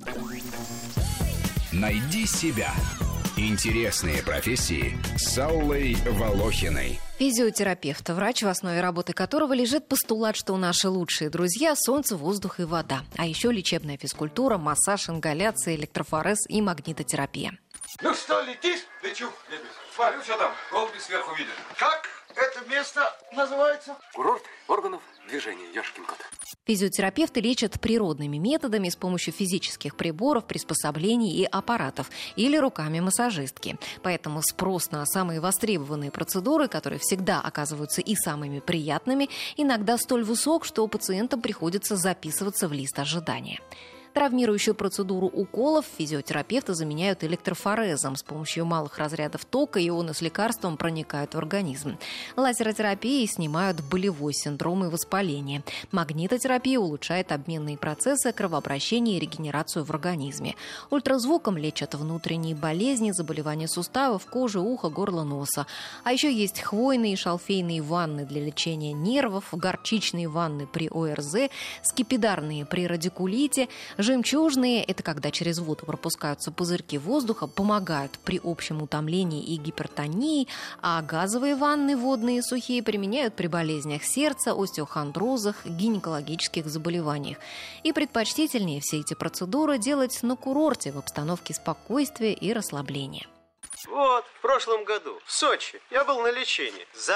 Найди себя. Интересные профессии с Аллой Волохиной. Физиотерапевт, врач, в основе работы которого лежит постулат, что наши лучшие друзья – солнце, воздух и вода. А еще лечебная физкультура, массаж, ингаляция, электрофорез и магнитотерапия. Ну что, летишь? Лечу. Смотрю, что там, голуби сверху видят. Как это место называется? Курорт органов движения, ёшкин кот. Физиотерапевты лечат природными методами с помощью физических приборов, приспособлений и аппаратов или руками массажистки. Поэтому спрос на самые востребованные процедуры, которые всегда оказываются и самыми приятными, иногда столь высок, что пациентам приходится записываться в лист ожидания. Травмирующую процедуру уколов физиотерапевты заменяют электрофорезом. С помощью малых разрядов тока ионы с лекарством проникают в организм. Лазеротерапией снимают болевой синдром и воспаление. Магнитотерапия улучшает обменные процессы, кровообращение и регенерацию в организме. Ультразвуком лечат внутренние болезни, заболевания суставов, кожи, уха, горла, носа. А еще есть хвойные и шалфейные ванны для лечения нервов, горчичные ванны при ОРЗ, скипидарные при радикулите. Жемчужные – это когда через воду пропускаются пузырьки воздуха, помогают при общем утомлении и гипертонии, а газовые ванны, водные, сухие, применяют при болезнях сердца, остеохондрозах, гинекологических заболеваниях. И предпочтительнее все эти процедуры делать на курорте в обстановке спокойствия и расслабления. Вот, в прошлом году в Сочи я был на лечении. За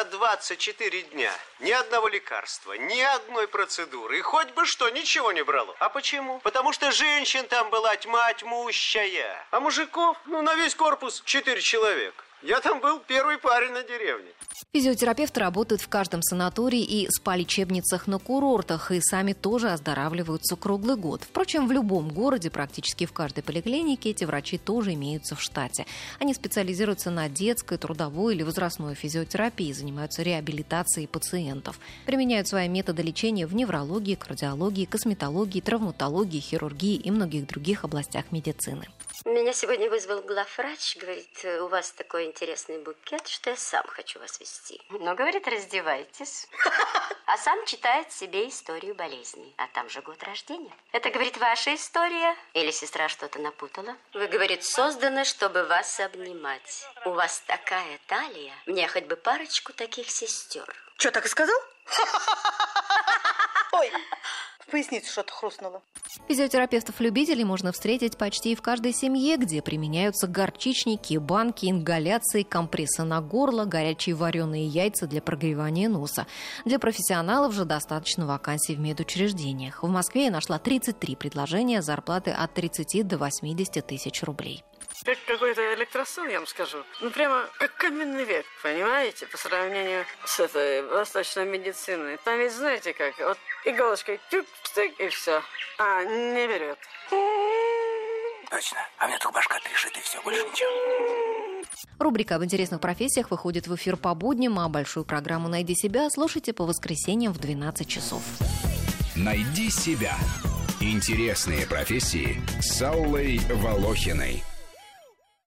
24 дня ни одного лекарства, ни одной процедуры. И хоть бы что, ничего не брало. А почему? Потому что женщин там была тьма тьмущая. А мужиков, на весь корпус 4 человека. Я там был первый парень на деревне. Физиотерапевты работают в каждом санатории и спа-лечебницах на курортах, и сами тоже оздоравливаются круглый год. Впрочем, в любом городе, практически в каждой поликлинике, эти врачи тоже имеются в штате. Они специализируются на детской, трудовой или возрастной физиотерапии, занимаются реабилитацией пациентов. Применяют свои методы лечения в неврологии, кардиологии, косметологии, травматологии, хирургии и многих других областях медицины. Меня сегодня вызвал главврач, говорит, у вас такой интересный букет, что я сам хочу вас вести. Но, говорит, раздевайтесь. А сам читает себе историю болезни. А там же год рождения. Это, говорит, ваша история? Или сестра что-то напутала? Вы, говорит, созданы, чтобы вас обнимать. У вас такая талия. Мне хоть бы парочку таких сестер. Что, так и сказал? Ой, в поясницу что-то хрустнуло. Физиотерапевтов-любителей можно встретить почти в каждой семье, где применяются горчичники, банки, ингаляции, компрессы на горло, горячие вареные яйца для прогревания носа. Для профессионалов же достаточно вакансий в медучреждениях. В Москве я нашла 33 предложения зарплаты от 30 до 80 тысяч рублей. Как какой-то электросон, я вам скажу. Прямо как каменный век, понимаете, по сравнению с этой восточной медициной. Там ведь знаете как, вот иголочкой тюк-тык и все. А, не берет. Точно. А у меня только башка трещит и все, больше ничего. Рубрика об интересных профессиях выходит в эфир по будням, а большую программу «Найди себя» слушайте по воскресеньям в 12 часов. Найди себя. Интересные профессии с Аллой Волохиной.